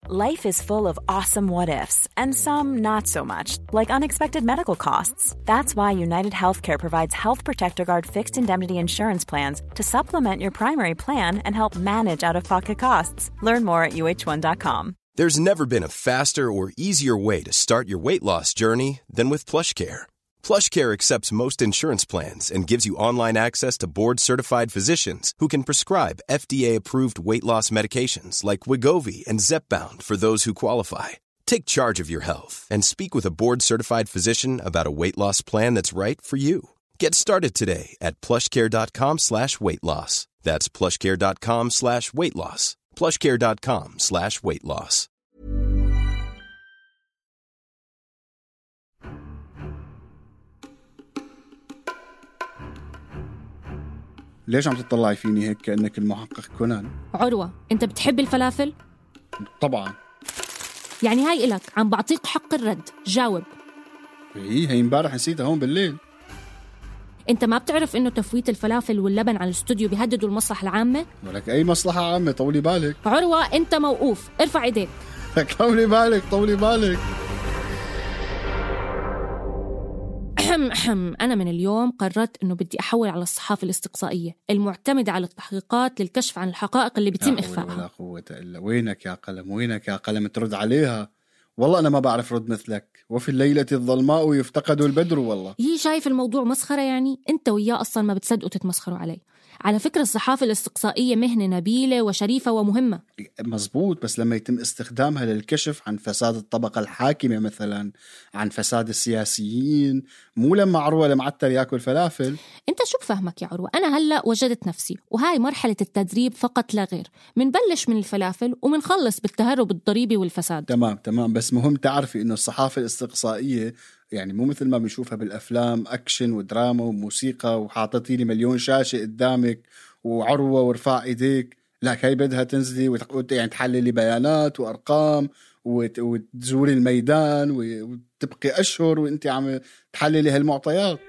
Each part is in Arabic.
Life is full of awesome what-ifs, and some not so much, like unexpected medical costs. That's why United Healthcare provides Health Protector Guard fixed indemnity insurance plans to supplement your primary plan and help manage out-of-pocket costs. Learn more at uh1.com. There's never been a faster or easier way to start your weight loss journey than with PlushCare. PlushCare accepts most insurance plans and gives you online access to board-certified physicians who can prescribe FDA-approved weight loss medications like Wegovy and Zepbound for those who qualify. Take charge of your health and speak with a board-certified physician about a weight loss plan that's right for you. Get started today at plushcare.com/weight-loss. That's plushcare.com/weight-loss. plushcare.com/weight-loss. ليش عم تطلعي فيني هيك كأنك المحقق كونان؟ عروة، أنت بتحب الفلافل؟ طبعا. يعني هاي إلك، عم بعطيك حق الرد، جاوب. هي امبارح نسيتها هون بالليل. أنت ما بتعرف إنه تفويت الفلافل واللبن على الاستوديو بيهددوا المصلحة العامة؟ ولك أي مصلحة عامة؟ طولي بالك. عروة، أنت موقوف، ارفع إيديك. طولي بالك طولي بالك. أنا من اليوم قررت إنه بدي أحول على الصحافة الاستقصائية المعتمدة على التحقيقات للكشف عن الحقائق اللي بيتم إخفائها. ولا قوة إلا. وينك يا قلم، وينك يا قلم ترد عليها؟ والله أنا ما بعرف رد مثلك. وفي الليلة الظلماء يفتقد البدر. والله هي شايف الموضوع مسخرة؟ يعني أنت وياه أصلا ما بتصدقوا تتمسخروا عليه. على فكرة الصحافة الاستقصائية مهنة نبيلة وشريفة ومهمة. مزبوط، بس لما يتم استخدامها للكشف عن فساد الطبقة الحاكمة مثلا، عن فساد السياسيين، مو لما عروة المعتر ياكل فلافل. انت شو بفهمك يا عروة؟ أنا هلأ وجدت نفسي، وهاي مرحلة التدريب فقط لا غير. منبلش من الفلافل ومنخلص بالتهرب الضريبي والفساد. تمام، بس مهم تعرفي إنه الصحافة الاستقصائية يعني مو مثل ما بنشوفها بالأفلام، أكشن ودراما وموسيقى وحاططي لي مليون شاشة قدامك وعروة ورفع إيديك. لا، هاي بدها تنزلي يعني تحللي بيانات وأرقام وتزوري الميدان وتبقي أشهر وإنتي عم تحللي هالمعطيات.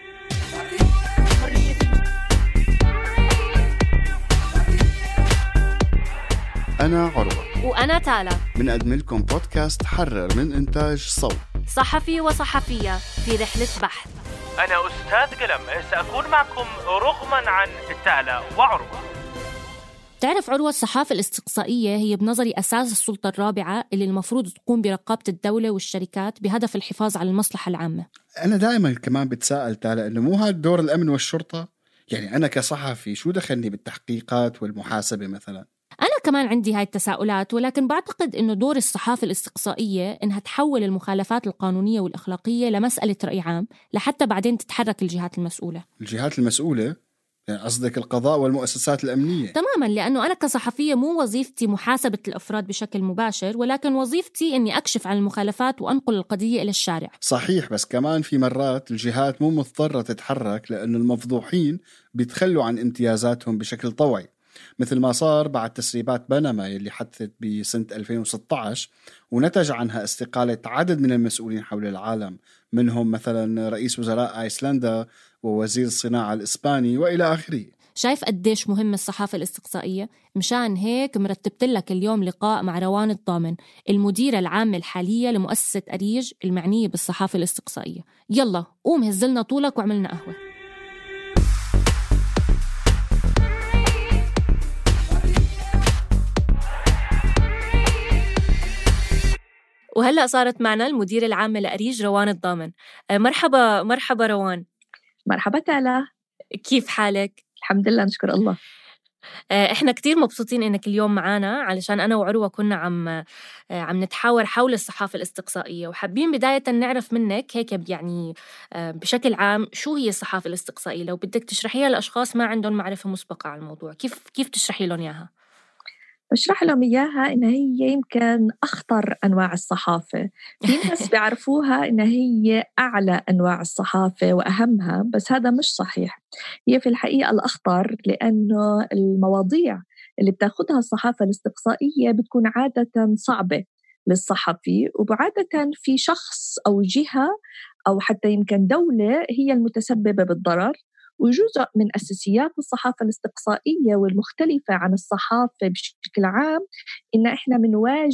أنا عروة وأنا تالا، بنقدم لكم بودكاست حرر من إنتاج صوت، صحفي وصحفية في رحلة بحث. أنا أستاذ قلم، سأكون معكم رغما عن تالا وعروة. تعرف عروة، الصحافة الاستقصائية هي بنظري أساس السلطة الرابعة اللي المفروض تقوم برقابة الدولة والشركات بهدف الحفاظ على المصلحة العامة. أنا دائما كمان بتساءل تالا إنه مو هذا دور الأمن والشرطة؟ يعني أنا كصحفي شو دخلني بالتحقيقات والمحاسبة مثلا؟ أنا كمان عندي هاي التساؤلات، ولكن بعتقد إنه دور الصحافة الاستقصائية إنها تحول المخالفات القانونية والأخلاقية لمسألة رأي عام، لحتى بعدين تتحرك الجهات المسؤولة. الجهات المسؤولة؟ يعني قصدك القضاء والمؤسسات الأمنية؟ تماماً، لأنه أنا كصحفية مو وظيفتي محاسبة الأفراد بشكل مباشر، ولكن وظيفتي إني أكشف عن المخالفات وأنقل القضية إلى الشارع. صحيح، بس كمان في مرات الجهات مو مضطرة تتحرك لأنه المفضوحين بيتخلوا عن امتيازاتهم بشكل طوعي، مثل ما صار بعد تسريبات بنما اللي حدثت بسنة 2016 ونتج عنها استقالة عدد من المسؤولين حول العالم، منهم مثلا رئيس وزراء آيسلندا ووزير الصناعة الإسباني وإلى آخره. شايف قديش مهم الصحافة الاستقصائية؟ مشان هيك مرتبت لك اليوم لقاء مع روان الضامن، المديرة العامة الحالية لمؤسسة أريج المعنية بالصحافة الاستقصائية. يلا قوم هزلنا طولك وعملنا قهوة. وهلأ صارت معنا المديرة العامة لأريج روان الضامن. مرحبا روان. مرحبا تالا، كيف حالك؟ الحمد لله نشكر الله. احنا كتير مبسوطين انك اليوم معنا، علشان انا وعروة كنا عم نتحاور حول الصحافة الاستقصائية، وحابين بداية نعرف منك هيك يعني بشكل عام شو هي الصحافة الاستقصائية، لو بدك تشرحيها لأشخاص ما عندهم معرفة مسبقة عن الموضوع. كيف تشرحي لهم إياها؟ بشرح لهم إياها إن هي يمكن أخطر أنواع الصحافة. في ناس بيعرفوها إن هي أعلى أنواع الصحافة وأهمها، بس هذا مش صحيح. هي في الحقيقة الأخطر، لأنه المواضيع اللي بتاخدها الصحافة الاستقصائية بتكون عادة صعبة للصحفي، وعادة في شخص أو جهة أو حتى يمكن دولة هي المتسببة بالضرر. وجزء من أساسيات الصحافة الاستقصائية والمختلفة عن الصحافة بشكل عام إن إحنا منواجه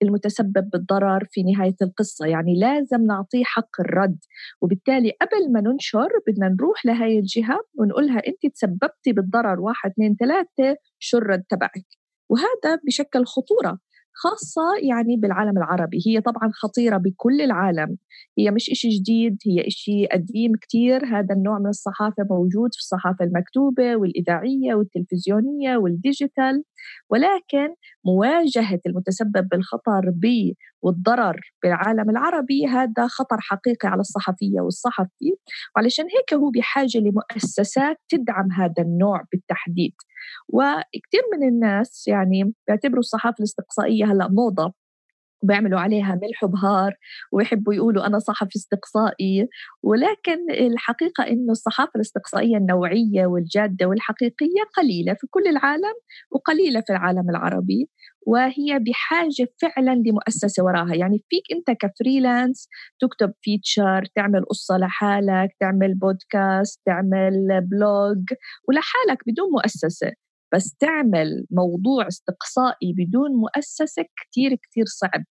المتسبب بالضرر في نهاية القصة، يعني لازم نعطيه حق الرد. وبالتالي قبل ما ننشر بدنا نروح لهاي الجهة ونقولها أنت تسببتي بالضرر 1 2 3، شو الرد تبعك؟ وهذا بشكل خطورة خاصة يعني بالعالم العربي. هي طبعا خطيرة بكل العالم، هي مش إشي جديد، هي إشي قديم كتير. هذا النوع من الصحافة موجود في الصحافة المكتوبة والإذاعية والتلفزيونية والديجيتال، ولكن مواجهة المتسبب بالخطر والضرر بالعالم العربي هذا خطر حقيقي على الصحفية والصحفي، وعلشان هيك هو بحاجة لمؤسسات تدعم هذا النوع بالتحديد. وكثير من الناس يعني بيعتبروا الصحافة الاستقصائية هلأ موضة، وبيعملوا عليها ملح وبهار ويحبوا يقولوا أنا صحفي استقصائي، ولكن الحقيقة إنه الصحافة الاستقصائية النوعية والجادة والحقيقية قليلة في كل العالم وقليلة في العالم العربي، وهي بحاجة فعلا لمؤسسة وراها. يعني فيك أنت كفريلانس تكتب فيتشر، تعمل قصة لحالك، تعمل بودكاست، تعمل بلوج ولحالك بدون مؤسسة، بس تعمل موضوع استقصائي بدون مؤسسة كتير كتير صعب.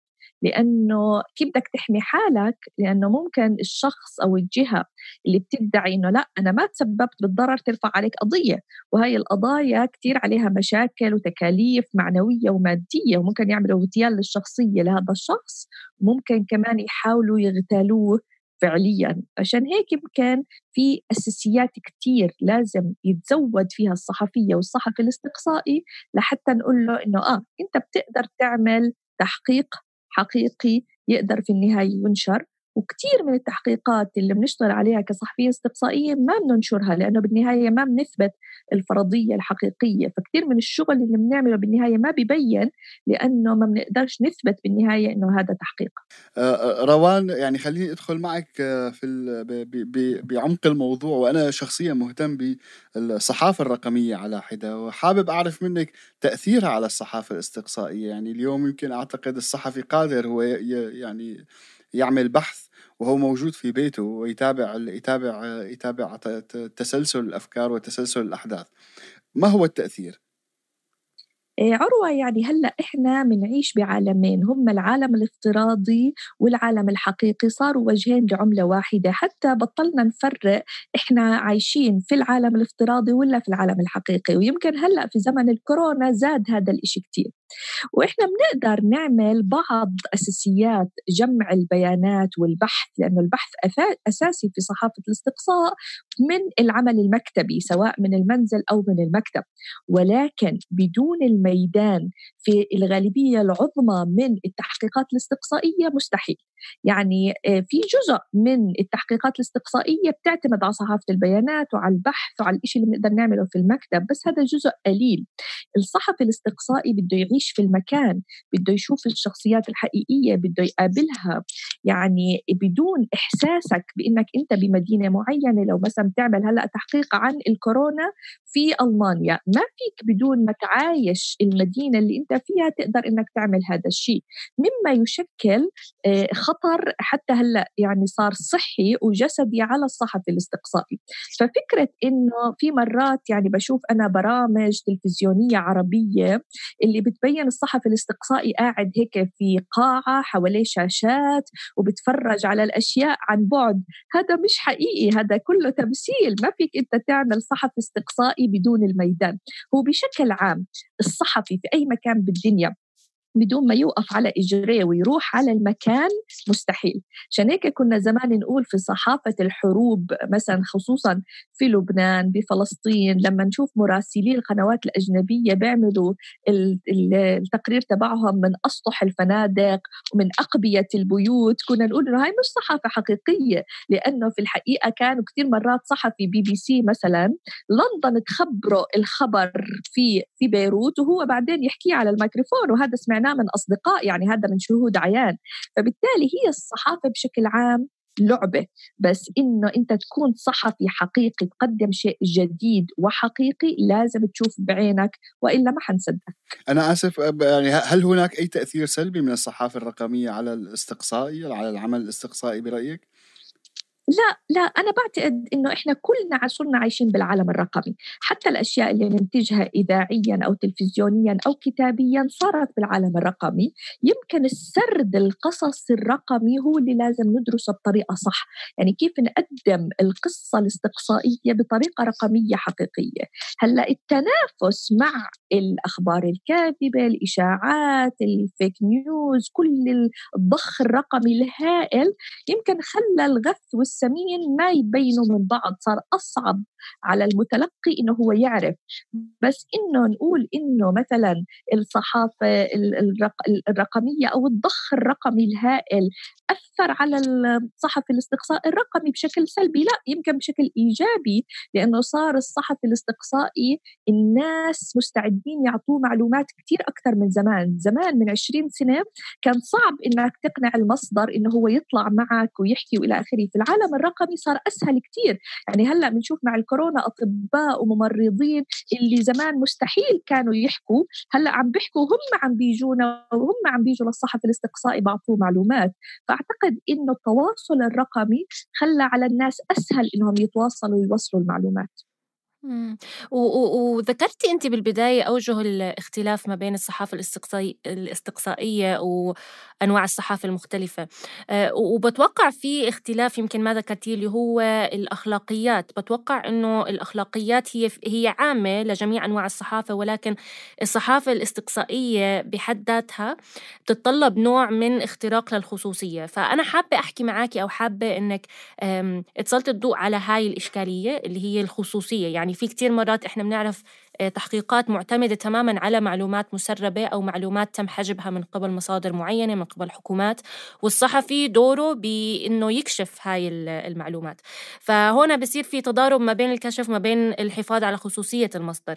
لأنه كيف بدك تحمي حالك؟ لأنه ممكن الشخص أو الجهة اللي بتدعي إنه لا أنا ما تسببت بالضرر ترفع عليك قضية، وهي القضايا كتير عليها مشاكل وتكاليف معنوية ومادية، وممكن يعملوا اغتيال للشخصية لهذا الشخص، ممكن كمان يحاولوا يغتالوه فعليا. عشان هيك يمكن في أساسيات كتير لازم يتزود فيها الصحفية والصحفي الاستقصائي لحتى نقول له إنه أنت بتقدر تعمل تحقيق حقيقي يقدر في النهاية ينشر. وكتير من التحقيقات اللي بنشتغل عليها كصحفية استقصائية ما بننشرها لأنه بالنهاية ما بنثبت الفرضية الحقيقية، فكتير من الشغل اللي بنعمله بالنهاية ما بيبين لأنه ما بنقدرش نثبت بالنهاية إنه هذا تحقيق. روان، يعني خليني أدخل معك بعمق الموضوع، وأنا شخصيا مهتم بالصحافة الرقمية على حدة، وحابب أعرف منك تأثيرها على الصحافة الاستقصائية. يعني اليوم يمكن أعتقد الصحفي قادر هو يعني يعمل بحث وهو موجود في بيته ويتابع تسلسل الأفكار وتسلسل الأحداث. ما هو التأثير؟ عروة، يعني هلأ إحنا منعيش بعالمين، هم العالم الافتراضي والعالم الحقيقي، صاروا وجهين لعملة واحدة. حتى بطلنا نفرق إحنا عايشين في العالم الافتراضي ولا في العالم الحقيقي، ويمكن هلأ في زمن الكورونا زاد هذا الإشي كتير. وإحنا بنقدر نعمل بعض أساسيات جمع البيانات والبحث، لأنه البحث أساسي في صحافة الاستقصاء من العمل المكتبي سواء من المنزل أو من المكتب، ولكن بدون الميدان في الغالبية العظمى من التحقيقات الاستقصائية مستحيل. يعني في جزء من التحقيقات الاستقصائية بتعتمد على صحافة البيانات وعلى البحث وعلى الإشي اللي بنقدر نعمله في المكتب، بس هذا جزء قليل. الصحفي الاستقصائي بده يعيش في المكان، بده يشوف الشخصيات الحقيقية، بده يقابلها. يعني بدون إحساسك بأنك أنت بمدينة معينة، لو مثلا تعمل هلأ تحقيق عن الكورونا في ألمانيا، ما فيك بدون ما تعايش المدينة اللي أنت فيها تقدر أنك تعمل هذا الشيء، مما يشكل خطر حتى هلأ يعني صار صحي وجسدي على الصحفي الاستقصائي. ففكرة إنه في مرات يعني بشوف أنا برامج تلفزيونية عربية اللي بتبين الصحفي الاستقصائي قاعد هيك في قاعة حواليه شاشات وبتفرج على الأشياء عن بعد، هذا مش حقيقي، هذا كله تمثيل. ما فيك أنت تعمل صحفي استقصائي بدون الميدان. هو بشكل عام الصحفي في أي مكان بالدنيا بدون ما يوقف على إجريه ويروح على المكان مستحيل. عشان هيك كنا زمان نقول في صحافة الحروب مثلا، خصوصا في لبنان بفلسطين، لما نشوف مراسلي القنوات الأجنبية بيعملوا التقرير تبعهم من أسطح الفنادق ومن أقبية البيوت، كنا نقول إنه هاي مش صحافة حقيقية، لأنه في الحقيقة كانوا كتير مرات صحفي BBC مثلا لندن تخبره الخبر في بيروت وهو بعدين يحكيه على الميكروفون، وهذا سمعناه من أصدقاء، يعني هذا من شهود عيان. فبالتالي هي الصحافة بشكل عام لعبة، بس إنه أنت تكون صحفي حقيقي تقدم شيء جديد وحقيقي لازم تشوف بعينك، وإلا ما حنصدق. أنا آسف، يعني هل هناك أي تأثير سلبي من الصحافة الرقمية على الاستقصائي، على العمل الاستقصائي برأيك؟ لا أنا بعتقد إنه إحنا كلنا صرنا عايشين بالعالم الرقمي، حتى الأشياء اللي ننتجها إذاعيا أو تلفزيونيا أو كتابيا صارت بالعالم الرقمي. يمكن السرد القصص الرقمي هو اللي لازم ندرسه بطريقة صح، يعني كيف نقدم القصة الاستقصائية بطريقة رقمية حقيقية. هلأ التنافس مع الأخبار الكاذبة، الإشاعات، الفيك نيوز، كل الضخ الرقمي الهائل يمكن خلى الغث والسمين ما يبينوا من بعض، صار أصعب على المتلقي إنه هو يعرف. بس إنه نقول إنه مثلا الصحافة الرقمية أو الضخ الرقمي الهائل أثر على الصحفي الاستقصائي الرقمي بشكل سلبي، لا، يمكن بشكل إيجابي، لأنه صار الصحفي الاستقصائي الناس مستعدين يعطوه معلومات كتير أكثر من زمان. زمان من 20 سنة كان صعب إنك تقنع المصدر إنه هو يطلع معك ويحكي وإلى آخره. في العالم الرقمي صار أسهل كتير، يعني هلأ بنشوف مع الكورونا أطباء وممرضين اللي زمان مستحيل كانوا يحكوا، هلأ عم بيحكوا، هم عم بيجونا وهم عم بيجوا للصحفي الاستقصائي بعطوه معلومات. فأعتقد إنه التواصل الرقمي خلى على الناس أسهل إنهم يتواصلوا ويوصلوا المعلومات. وذكرتي أنت بالبداية أوجه الاختلاف ما بين الصحافة الاستقصائية وأنواع الصحافة المختلفة، وبتوقع في اختلاف يمكن ما ذكرتيه اللي هو الأخلاقيات. بتوقع أنه الأخلاقيات هي عامة لجميع أنواع الصحافة، ولكن الصحافة الاستقصائية بحد ذاتها بتتطلب نوع من اختراق للخصوصية. فأنا حابة أحكي معاكي، أو حابة أنك تسلط الضوء على هاي الإشكالية اللي هي الخصوصية. يعني في كتير مرات إحنا بنعرف تحقيقات معتمدة تماماً على معلومات مسربة أو معلومات تم حجبها من قبل مصادر معينة، من قبل حكومات، والصحفي دوره بأنه يكشف هاي المعلومات. فهنا بصير في تضارب ما بين الكشف ما بين الحفاظ على خصوصية المصدر.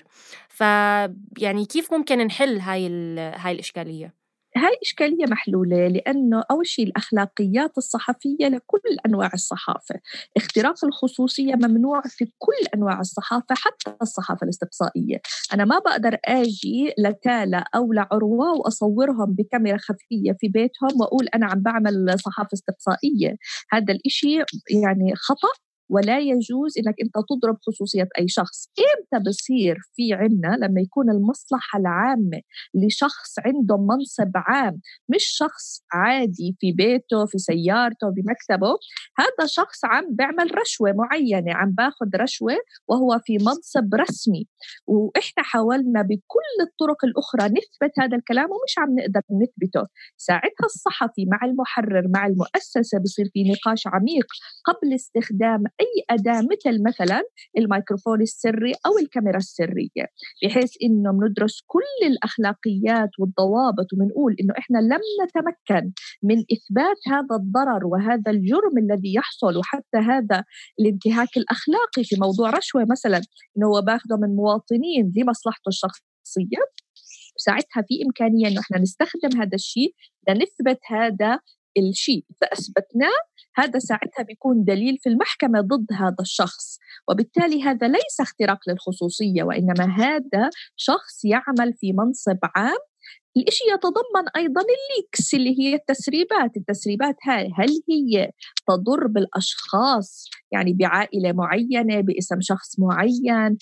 يعني كيف ممكن نحل هاي الإشكالية؟ هاي إشكالية محلولة، لأنه أول شيء الأخلاقيات الصحفية لكل أنواع الصحافة. اختراق الخصوصية ممنوع في كل أنواع الصحافة، حتى الصحافة الاستقصائية. أنا ما بقدر آجي لتالا أو لعروة وأصورهم بكاميرا خفية في بيتهم وأقول أنا عم بعمل صحافة استقصائية. هذا الإشي يعني خطأ، ولا يجوز إنك أنت تضرب خصوصية أي شخص. إمتى بصير في عنا؟ لما يكون المصلحة العامة لشخص عنده منصب عام، مش شخص عادي في بيته، في سيارته، بمكتبه. هذا شخص عم بيعمل رشوة معينة، عم باخد رشوة وهو في منصب رسمي، وإحنا حاولنا بكل الطرق الأخرى نثبت هذا الكلام ومش عم نقدر نثبته. ساعتها الصحفي مع المحرر مع المؤسسة بصير في نقاش عميق قبل استخدام أي أداة مثلا الميكروفون السري أو الكاميرا السرية، بحيث إنه بندرس كل الأخلاقيات والضوابط، وبنقول إنه إحنا لم نتمكن من إثبات هذا الضرر وهذا الجرم الذي يحصل، وحتى هذا الانتهاك الأخلاقي في موضوع رشوة مثلا، إنه هو باخده من مواطنين لمصلحته الشخصية. ساعتها في إمكانية إنه إحنا نستخدم هذا الشيء لنثبت هذا الشيء. فأثبتناه، هذا ساعتها بيكون دليل في المحكمة ضد هذا الشخص، وبالتالي هذا ليس اختراق للخصوصية، وإنما هذا شخص يعمل في منصب عام. الإشي يتضمن أيضاً الليكس اللي هي التسريبات هاي، هل هي تضر بالأشخاص، يعني بعائلة معينة، باسم شخص معين،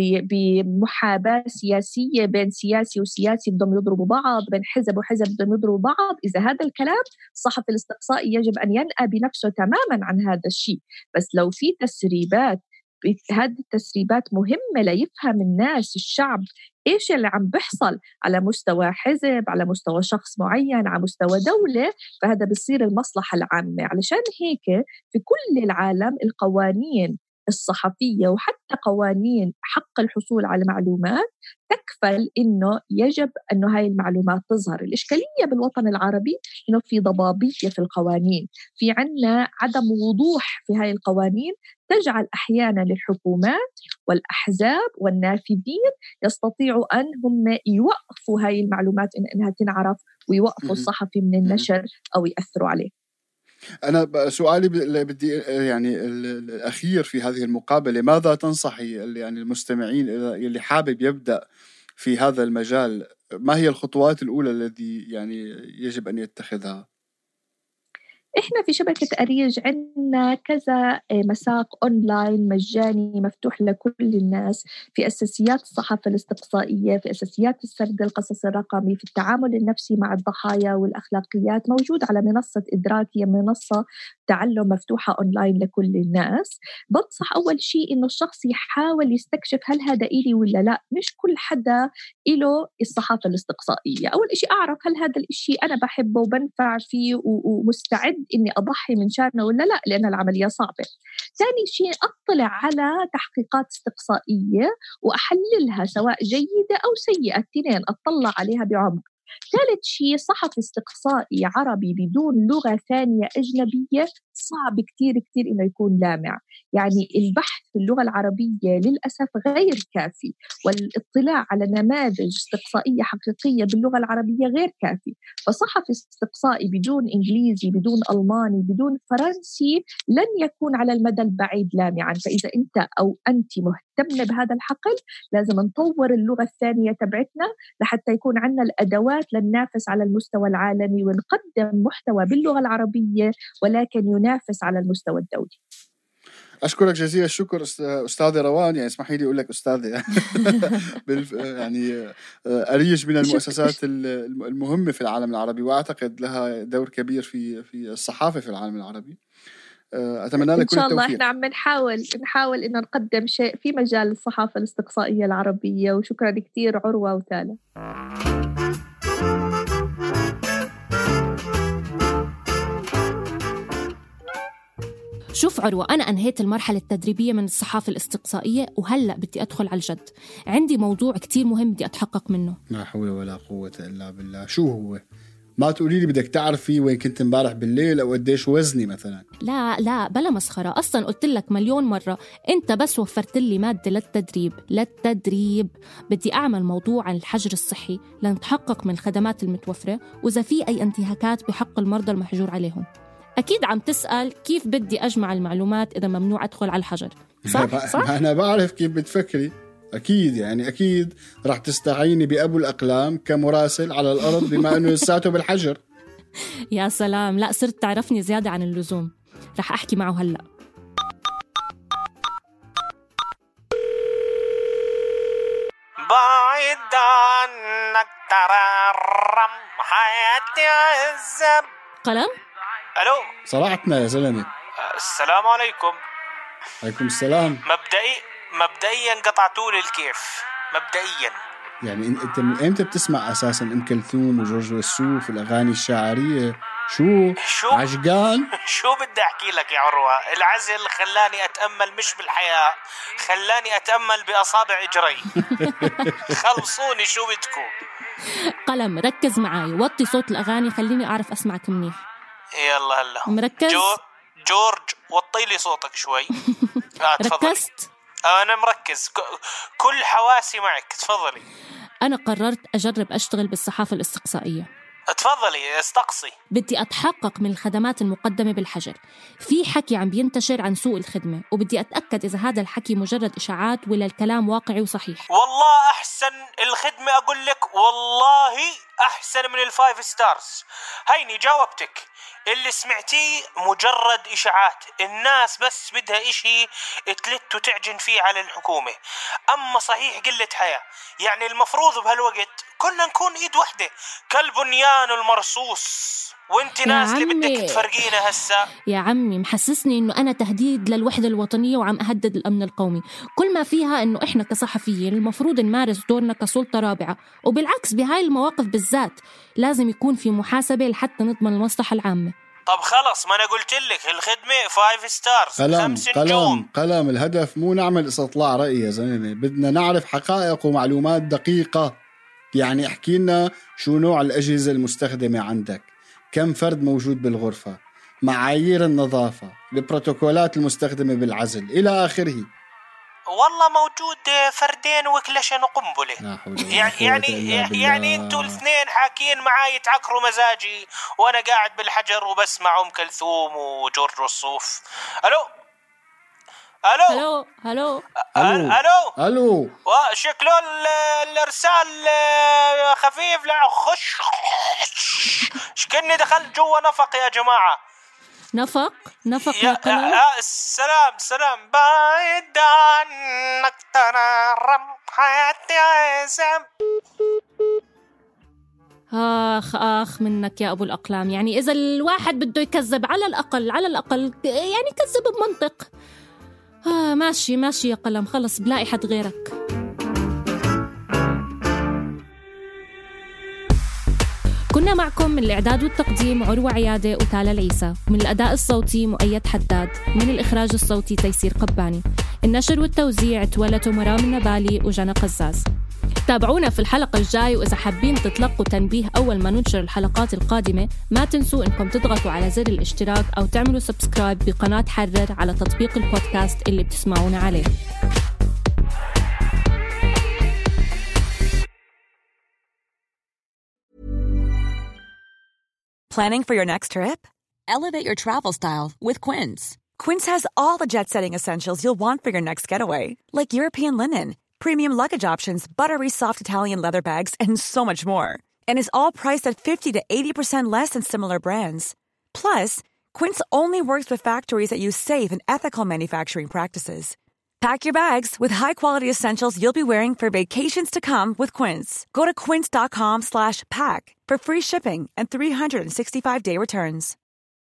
بمحاباة سياسية بين سياسي وسياسي بدهم يضربوا بعض، بين حزب وحزب بدهم يضربوا بعض. إذا هذا الكلام الصحفي الاستقصائي يجب أن ينأى بنفسه تماماً عن هذا الشيء. بس لو في تسريبات، هذه التسريبات مهمة ليفهم الناس الشعب إيش اللي عم بيحصل على مستوى حزب، على مستوى شخص معين، على مستوى دولة. فهذا بيصير المصلحة العامة. علشان هيك في كل العالم القوانين الصحفية وحتى قوانين حق الحصول على معلومات تكفل إنه يجب أنه هاي المعلومات تظهر. الإشكالية بالوطن العربي إنه في ضبابية في القوانين، في عنا عدم وضوح في هاي القوانين، تجعل أحيانا للحكومات والأحزاب والنافذين يستطيعوا أن هم يوقفوا هاي المعلومات إنها تنعرف، ويوقفوا الصحفي من النشر أو يأثروا عليه. أنا سؤالي بدي يعني الأخير في هذه المقابلة، ماذا تنصحي يعني المستمعين اللي حابب يبدأ في هذا المجال؟ ما هي الخطوات الأولى التي يعني يجب أن يتخذها؟ إحنا في شبكة أريج عندنا كذا مساق أونلاين مجاني مفتوح لكل الناس في أساسيات الصحافة الاستقصائية، في أساسيات السرد القصص الرقمي، في التعامل النفسي مع الضحايا والأخلاقيات، موجود على منصة إدراك، هي منصة تعلم مفتوحة أونلاين لكل الناس. بنصح أول شيء إنه الشخص يحاول يستكشف هل هذا إلي ولا لا. مش كل حدا إله الصحافة الاستقصائية. أول شيء أعرف هل هذا الشيء أنا بحبه وبنفع فيه ومستعد إني أضحي من شانه ولا لا، لأن العملية صعبة. ثاني شيء أطلع على تحقيقات استقصائية وأحللها سواء جيدة أو سيئة، الاثنين أطلع عليها بعمق. ثالث شيء صحفي استقصائي عربي بدون لغة ثانية أجنبية صعب كتير إنه يكون لامع. يعني البحث في اللغة العربية للأسف غير كافي، والاطلاع على نماذج استقصائية حقيقية باللغة العربية غير كافي. فصحفي استقصائي بدون إنجليزي، بدون ألماني، بدون فرنسي لن يكون على المدى البعيد لامعا. فإذا أنت أو أنت مهتم بهذا الحقل لازم نطور اللغة الثانية تبعتنا لحتى يكون عندنا الأدوات لننافس على المستوى العالمي ونقدم محتوى باللغة العربية ولكن ينافس على المستوى الدولي. أشكرك جزيل الشكر أستاذة روان، يعني اسمحي لي أقول لك أستاذة يعني أريج من المؤسسات المهمة في العالم العربي، وأعتقد لها دور كبير في الصحافة في العالم العربي. أتمنى لك كل التوفيق. إن شاء الله إحنا عم نحاول إن نقدم شيء في مجال الصحافة الاستقصائية العربية. وشكرا كتير عروة وتالا. شوف عروة، أنا أنهيت المرحلة التدريبية من الصحافة الاستقصائية وهلأ بدي أدخل على الجد. عندي موضوع كتير مهم بدي أتحقق منه. لا حول ولا قوة إلا بالله. شو هو؟ ما تقولي لي بدك تعرفي وين كنت امبارح بالليل أو قديش وزني مثلا. لا بلا مسخرة. أصلا قلت لك مليون مرة أنت بس وفرت لي مادة للتدريب. بدي أعمل موضوع عن الحجر الصحي لنتحقق من الخدمات المتوفرة وإذا في أي انتهاكات بحق المرضى المحجور عليهم. أكيد عم تسأل كيف بدي أجمع المعلومات إذا ممنوع أدخل على الحجر، صح؟ أنا بعرف كيف بتفكري. أكيد رح تستعيني بأبو الأقلام كمراسل على الأرض بما أنه لساته بالحجر. يا سلام، لا صرت تعرفني زيادة عن اللزوم. رح أحكي معه هلأ. بعيد عنك تررم حياتي عزب. قلم؟ ألو صراحتنا يا زلمة. السلام عليكم. عليكم السلام. مبدئيا قطعتولي الكيف مبدئيا. يعني انت من امتى بتسمع اساسا ام كلثوم وجورج وسوف والاغاني الشعريه؟ شو عجقان؟ شو بدي احكي لك يا عروة؟ العزل خلاني اتامل مش بالحياه، خلاني اتامل باصابع اجري. خلصوني شو بدكم. قلم ركز معي، وطي صوت الاغاني خليني اعرف اسمعك منيح. يلا هلا مركز؟ جورج وطي لي صوتك شوي. ركزت؟ أنا مركز، كل حواسي معك. تفضلي. أنا قررت أجرب أشتغل بالصحافة الاستقصائية. تفضلي استقصي. بدي أتحقق من الخدمات المقدمة بالحجر. في حكي عم بينتشر عن سوء الخدمة وبدي أتأكد إذا هذا الحكي مجرد إشاعات ولا الكلام واقعي وصحيح. والله أحسن الخدمة أقول لك، والله أحسن من ال5 ستارز. هيني جاوبتك. اللي سمعتيه مجرد إشاعات، الناس بس بدها إشي تلت وتعجن فيه على الحكومة. أما صحيح قلة حياة، يعني المفروض بهالوقت كنا نكون إيد واحدة كالبنيان المرصوص. وانت ناس اللي بدك تفرقينا هسا. يا عمي محسسني إنه أنا تهديد للوحدة الوطنية وعم أهدد الأمن القومي. كل ما فيها إنه إحنا كصحفيين المفروض نمارس دورنا كسلطة رابعة، وبالعكس بهاي المواقف بالذات لازم يكون في محاسبة لحتى نضمن المصلحة العامة. طب خلص، ما أنا قلت لك الخدمة 5 ستارز 5 نجوم. قلم الهدف مو نعمل استطلاع رأي يا زلمة، بدنا نعرف حقائق ومعلومات دقيقة. يعني احكي لنا شو نوع الأجهزة المستخدمة عندك، كم فرد موجود بالغرفة، معايير النظافة، البروتوكولات المستخدمة بالعزل إلى آخره. والله موجود فردين وكلشن وقنبلة. يعني انتوا الاثنين حاكين معاي تعكروا مزاجي وانا قاعد بالحجر وبسمع ام كلثوم وجورج وسوف. الو شكله الارسال خفيف. لا خش شكني دخلت جوا نفق يا جماعة. نفق يا قلم. سلام بعيد عنك تنرم حياتي عزم. آخ منك يا أبو الأقلام. يعني إذا الواحد بده يكذب على الأقل يعني كذب بمنطق. ماشي يا قلم، خلص بلاقي حد غيرك. كنا معكم من الإعداد والتقديم عروة عيادة وتالا العيسى، من الأداء الصوتي مؤيد حداد، من الإخراج الصوتي تيسير قباني، النشر والتوزيع تولت مرام النبالي وجنى قزاز. تابعونا في الحلقة الجاي، وإذا حابين تتلقوا تنبيه أول ما ننشر الحلقات القادمة ما تنسوا إنكم تضغطوا على زر الاشتراك أو تعملوا سبسكرايب بقناة حرر على تطبيق البودكاست اللي بتسمعونا عليه. Planning for your next trip? Elevate your travel style with Quince. Quince has all the jet-setting essentials you'll want for your next getaway, like European linen, premium luggage options, buttery soft Italian leather bags, and so much more. And is all priced at 50 to 80% less than similar brands. Plus, Quince only works with factories that use safe and ethical manufacturing practices. Pack your bags with high-quality essentials you'll be wearing for vacations to come with Quince. Go to quince.com/pack for free shipping and 365-day returns.